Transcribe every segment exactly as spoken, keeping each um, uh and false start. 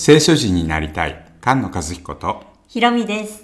聖書人になりたい菅野和彦とひろみです。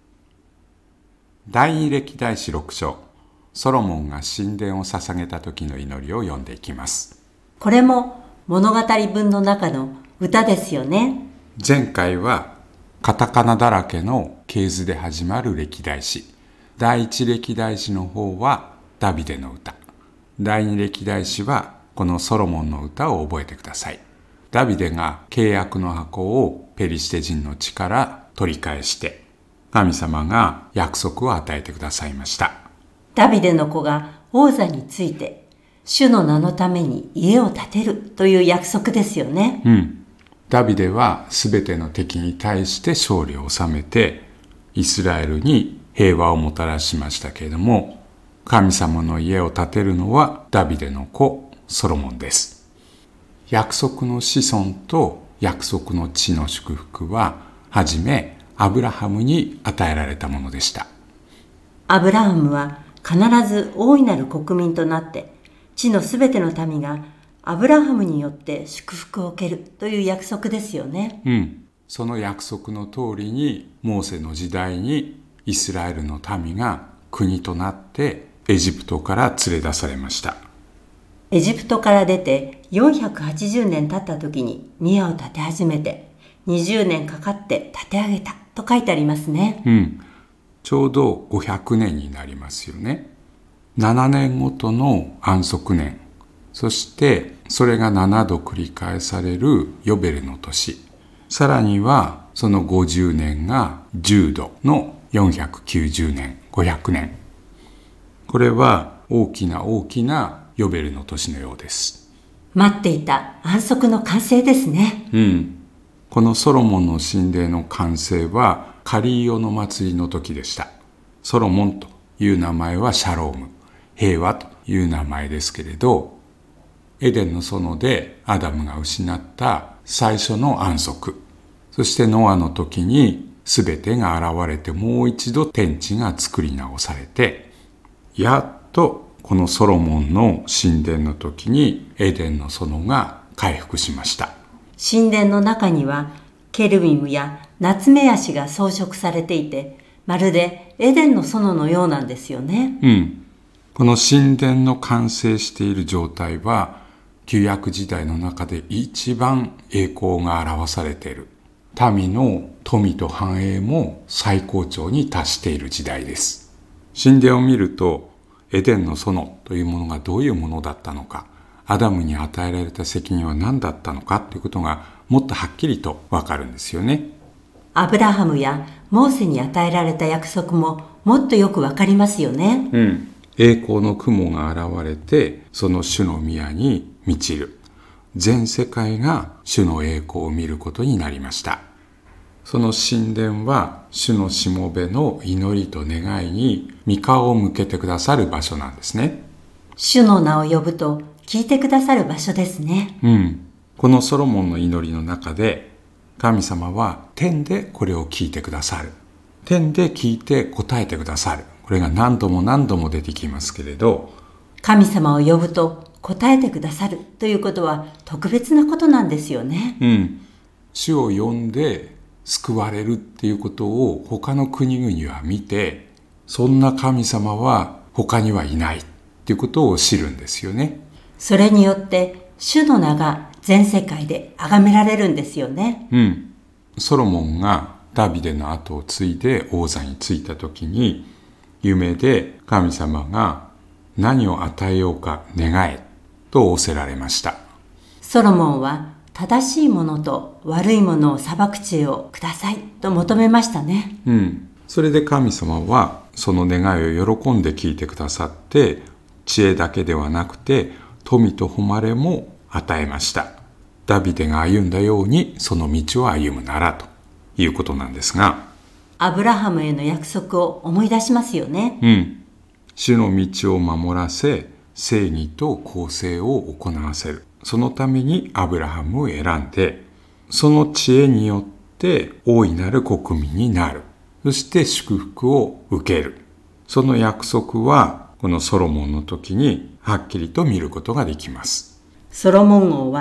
第二歴代史ろく章、ソロモンが神殿を捧げた時の祈りを読んでいきます。 これも物語文の中の歌ですよね。 前回はカタカナだらけの系図で始まる歴代史、第一歴代史の方はダビデの歌、第二歴代史はこのソロモンの歌を覚えてください。ダビデが契約の箱をペリシテ人の地から取り返して、神様が約束を与えてくださいました。 ダビデの子が王座について、主の名のために家を建てるという約束ですよね。 うん。ダビデはすべての敵に対して勝利を収めて、イスラエルに平和をもたらしましたけれども、神様の家を建てるのはダビデの子ソロモンです。約束の子孫と約束の地の祝福は、はじめアブラハムに与えられたものでした。 アブラハムは必ず大いなる国民となって、地のすべての民がアブラハムによって祝福を受けるという約束ですよね。 うん。その約束の通りに、モーセの時代にイスラエルの民が国となってエジプトから連れ出されました。 エジプトから出てよんひゃくはちじゅうねん経った時に宮を建て始めて、にじゅうねんかかって建て上げたと書いてありますね。 うん。ちょうどごひゃくねんになりますよね。ななねんごとの安息年、そしてそれがななど繰り返されるヨベルの年、さらにはそのごじゅうねんがじゅうどのよんひゃくきゅうじゅうねん、ごひゃくねん。これは大きな大きなヨベルの年のようです。 待っていた安息の完成ですね。 うん。このソロモンの神殿の完成はカリーオの祭りの時でした。ソロモンという名前はシャローム、平和という名前ですけれど、エデンの園でアダムが失った最初の安息、そしてノアの時に全てが現れて、もう一度天地が作り直されて、やっとこのソロモンの神殿の時にエデンの園が回復しました。 神殿の中にはケルビムやナツメヤシが装飾されていて、まるでエデンの園のようなんですよね。 うん。この神殿の完成している状態は、旧約時代の中で一番栄光が表されている。民の富と繁栄も最高潮に達している時代です。神殿を見ると、エデンの園というものがどういうものだったのか、アダムに与えられた責任は何だったのかということがもっとはっきりとわかるんですよね。 アブラハムやモーセに与えられた約束ももっとよくわかりますよね。 うん。栄光の雲が現れて、その主の宮に満ちる。全世界が主の栄光を見ることになりました。その神殿は主のしもべの祈りと願いに御顔を向けてくださる場所なんですね。 主の名を呼ぶと聞いてくださる場所ですね。 うん。このソロモンの祈りの中で、神様は天でこれを聞いてくださる。天で聞いて答えてくださる。これが何度も何度も出てきますけれど、 神様を呼ぶと答えてくださるということは特別なことなんですよね。 うん。主を呼んで救われるっていうことを他の国々は見て、そんな神様は他にはいないっていうことを知るんですよね。 それによって主の名が全世界で崇められるんですよね。 うん。ソロモンがダビデの後を継いで王座に就いた時に、夢で神様が何を与えようか願えと仰せられました。 ソロモンは正しいものと悪いものを裁く知恵をくださいと求めましたね。 うん。それで神様はその願いを喜んで聞いてくださって、知恵だけではなくて富と誉れも与えました。ダビデが歩んだようにその道を歩むならということなんですが、 アブラハムへの約束を思い出しますよね。 うん。主の道を守らせ、正義と公正を行わせる。そのためにアブラハムを選んで、その知恵によって大いなる国民になる。そして祝福を受ける。その約束はこのソロモンの時にはっきりと見ることができます。 ソロモン王は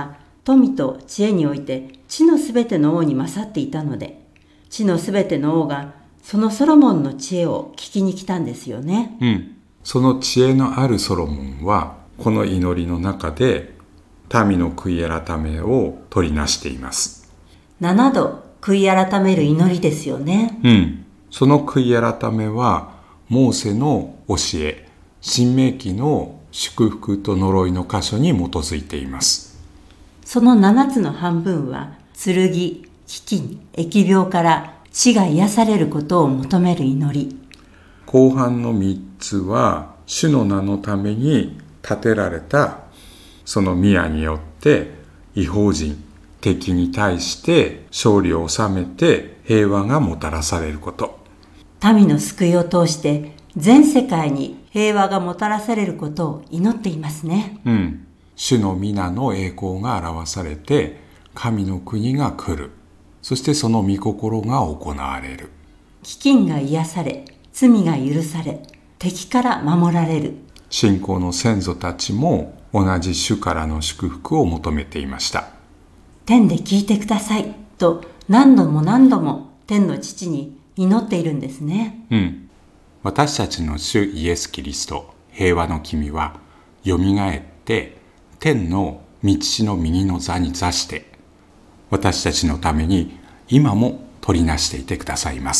富と知恵において地のすべての王に勝っていたので、地のすべての王がそのソロモンの知恵を聞きに来たんですよね。 うん。その知恵のあるソロモンは、この祈りの中で民の悔い改めを取りなしています。 ななど悔い改める祈りですよね。 うん。その悔い改めは、モーセの教え、申命記の祝福と呪いの箇所に基づいています。 そのななつの半分は、剣、飢饉、疫病から地が癒されることを求める祈り。 後半のみっつは、主の名のために建てられたその宮によって異邦人、敵に対して勝利を収めて平和がもたらされること。 民の救いを通して全世界に平和がもたらされることを祈っていますね。 うん。主の皆の栄光が表されて、神の国が来る。そしてその御心が行われる。 飢饉が癒され、罪が許され、敵から守られる。 信仰の先祖たちも同じ主からの祝福を求めていました。 天で聞いてくださいと何度も何度も天の父に祈っているんですね。 うん。私たちの主イエス・キリスト、平和の君は、よみがえって天の御父の右の座に座して、私たちのために今も取りなしていてくださいます。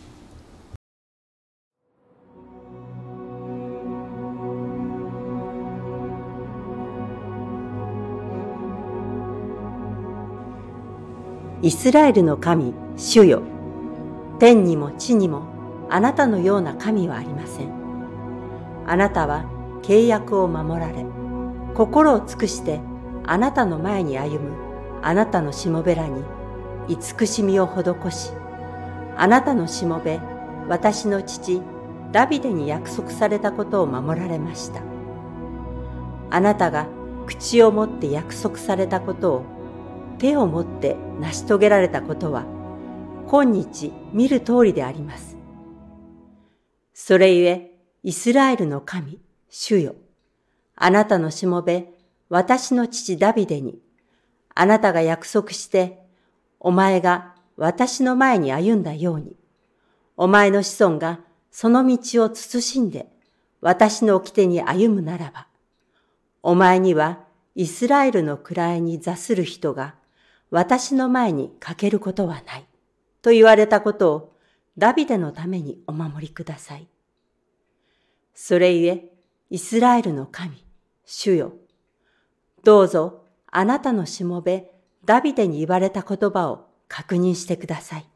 イスラエルの神、主よ。天にも地にもあなたのような神はありません。あなたは契約を守られ、心を尽くしてあなたの前に歩むあなたのしもべらに慈しみを施し、あなたのしもべ、私の父、ダビデに約束されたことを守られました。あなたが口を持って約束されたことを手を持って成し遂げられたことは、今日見る通りであります。それゆえ、イスラエルの神、主よ。あなたのしもべ、私の父ダビデに、あなたが約束して、お前が私の前に歩んだように、お前の子孫がその道を慎んで、私の掟に歩むならば、お前にはイスラエルの位に座する人が、私の前に欠けることはない。と言われたことをダビデのためにお守りください。それゆえ、イスラエルの神、主よ。どうぞあなたのしもべダビデに言われた言葉を確認してください。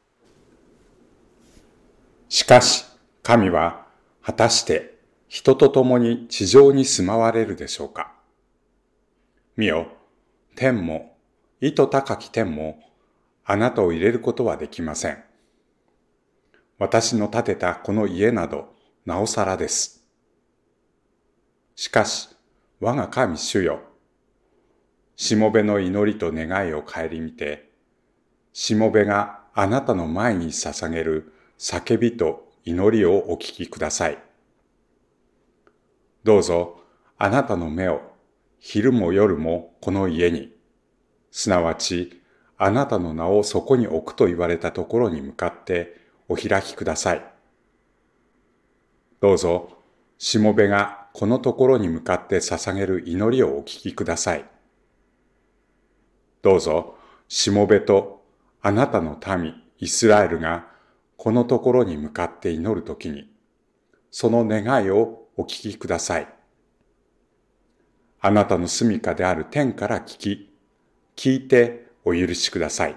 しかし、神は果たして人と共に地上に住まわれるでしょうか。見よ、天も、意図高き天も、あなたを入れることはできません。私の建てたこの家など、なおさらです。しかし、我が神主よ。しもべの祈りと願いを顧みて、しもべがあなたの前に捧げる叫びと祈りをお聞きください。どうぞ、あなたの目を昼も夜もこの家に、すなわち、あなたの名をそこに置くと言われたところに向かってお開きください。どうぞ、しもべがこのところに向かって捧げる祈りをお聞きください。どうぞ、しもべとあなたの民、イスラエルがこのところに向かって祈るときに、その願いをお聞きください。あなたの住処である天から聞き、聞いてお許しください。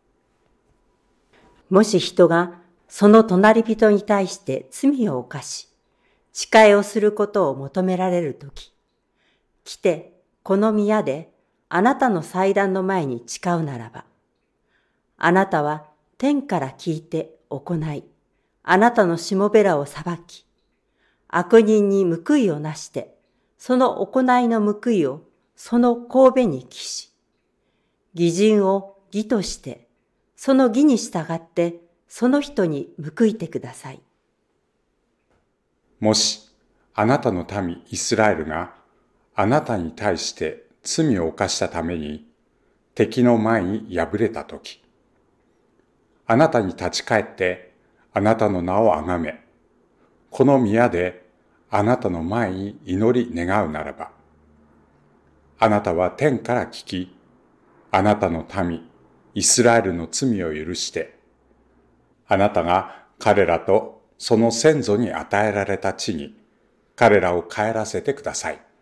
もし人がその隣人に対して罪を犯し、誓いをすることを求められるとき、来てこの宮であなたの祭壇の前に誓うならば、あなたは天から聞いて行い、あなたのしもべらを裁き、悪人に報いをなして、その行いの報いをその頭に帰し、義人を義として、その義に従ってその人に報いてください。 もし、あなたの民イスラエルがあなたに対して罪を犯したために敵の前に敗れたとき、あなたに立ち返ってあなたの名をあがめ、この宮であなたの前に祈り願うならば、あなたは天から聞き、あなたの民、イスラエルの罪を許して、あなたが彼らとその先祖に与えられた地に彼らを帰らせてください。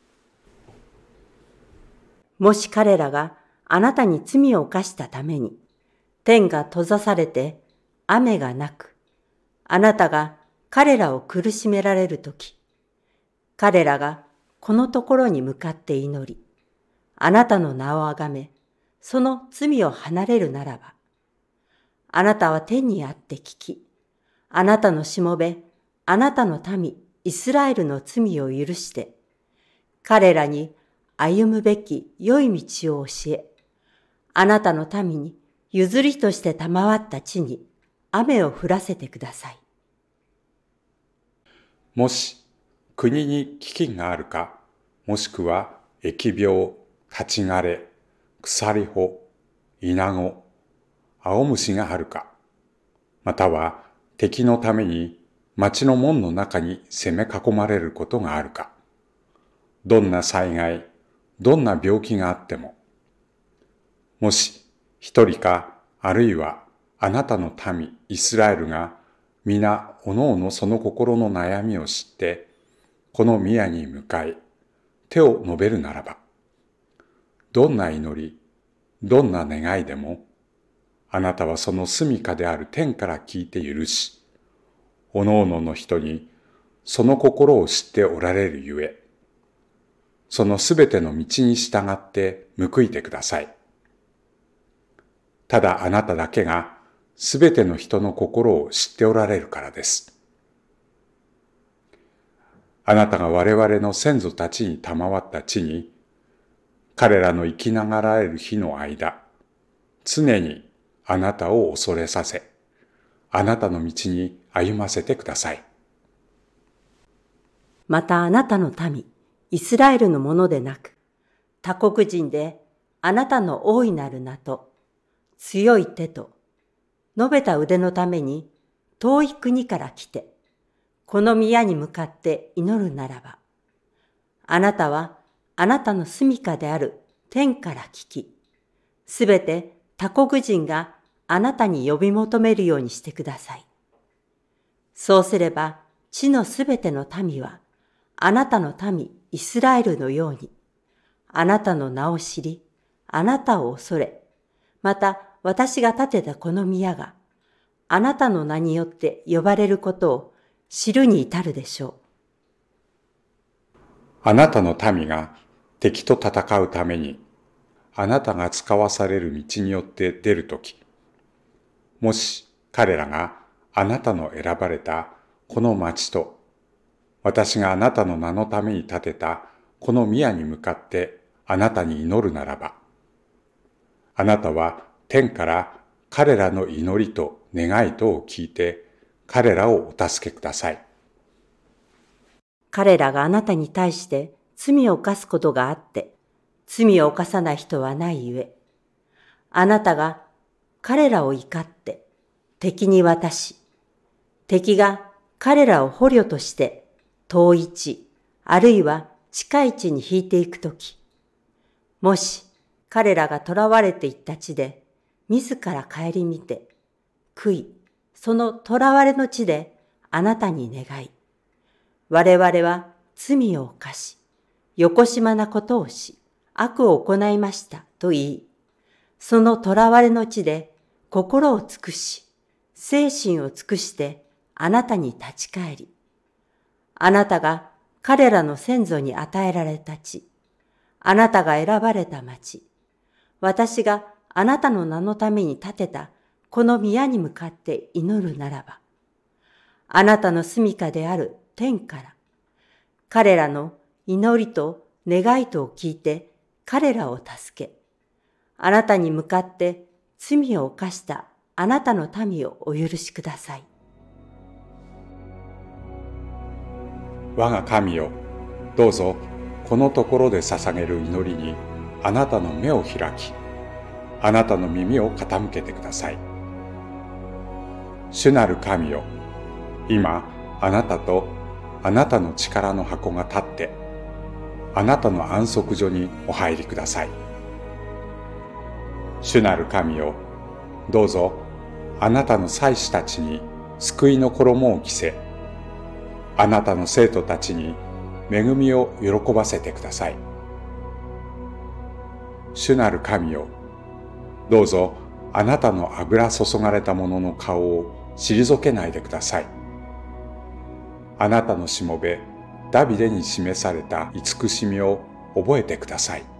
もし彼らがあなたに罪を犯したために、天が閉ざされて雨がなく、あなたが彼らを苦しめられるとき、彼らがこのところに向かって祈り、あなたの名をあがめ、その罪を離れるならば、あなたは天にあって聞き、あなたのしもべ、あなたの民、イスラエルの罪を許して、彼らに歩むべき良い道を教え、あなたの民に譲りとして賜った地に雨を降らせてください。 もし国に飢饉があるか、もしくは疫病、立ち枯れ、鎖穂、イナゴ、青虫があるか、または敵のために町の門の中に攻め囲まれることがあるか、どんな災害、どんな病気があっても、もし一人かあるいはあなたの民イスラエルが皆おのおのその心の悩みを知ってこの宮に向かい手を伸べるならば、どんな祈り、どんな願いでもあなたはその住処である天から聞いて許し、おのおのの人にその心を知っておられるゆえ、そのすべての道に従って報いてください。ただあなただけがすべての人の心を知っておられるからです。あなたが我々の先祖たちに賜った地に、彼らの生きながらえる日の間、常にあなたを恐れさせ、あなたの道に歩ませてください。 またあなたの民、イスラエルのものでなく、他国人であなたの大いなる名と、強い手と、伸べた腕のために遠い国から来て、この宮に向かって祈るならば、あなたはあなたの住処である天から聞き、すべて他国人があなたに呼び求めるようにしてください。そうすれば地のすべての民は、あなたの民イスラエルのように、あなたの名を知り、あなたを恐れ、また私が建てたこの宮が、あなたの名によって呼ばれることを知るに至るでしょう。あなたの民が敵と戦うために、あなたが使わされる道によって出るとき、もし彼らがあなたの選ばれたこの町と、私があなたの名のために建てたこの宮に向かってあなたに祈るならば、あなたは天から彼らの祈りと願いとを聞いて彼らをお助けください。 彼らがあなたに対して罪を犯すことがあって、罪を犯さない人はないゆえ、あなたが彼らを怒って敵に渡し、敵が彼らを捕虜として遠い地、あるいは近い地に引いていくとき、もし彼らが囚われていった地で自ら顧みて、悔い、その囚われの地であなたに願い、我々は罪を犯し、よこしまなことをし、悪を行いましたと言い、その囚われの地で心を尽くし、精神を尽くしてあなたに立ち返り、あなたが彼らの先祖に与えられた地、あなたが選ばれた町、私があなたの名のために建てたこの宮に向かって祈るならば、あなたの住処である天から、彼らの祈りと願いとを聞いて彼らを助け、あなたに向かって罪を犯したあなたの民をお許しください。 我が神よ、どうぞここのところで捧げる祈りにあなたの目を開き、あなたの耳を傾けてください。主なる神よ、今あなたとあなたの力の箱が立って、あなたの安息所にお入りください。主なる神よ、どうぞあなたの祭司たちに救いの衣を着せ、あなたの生徒たちに恵みを喜ばせてください。主なる神よ、どうぞあなたの油注がれた者の顔を退けないでください。あなたのしもべダビデに示された慈しみを覚えてください。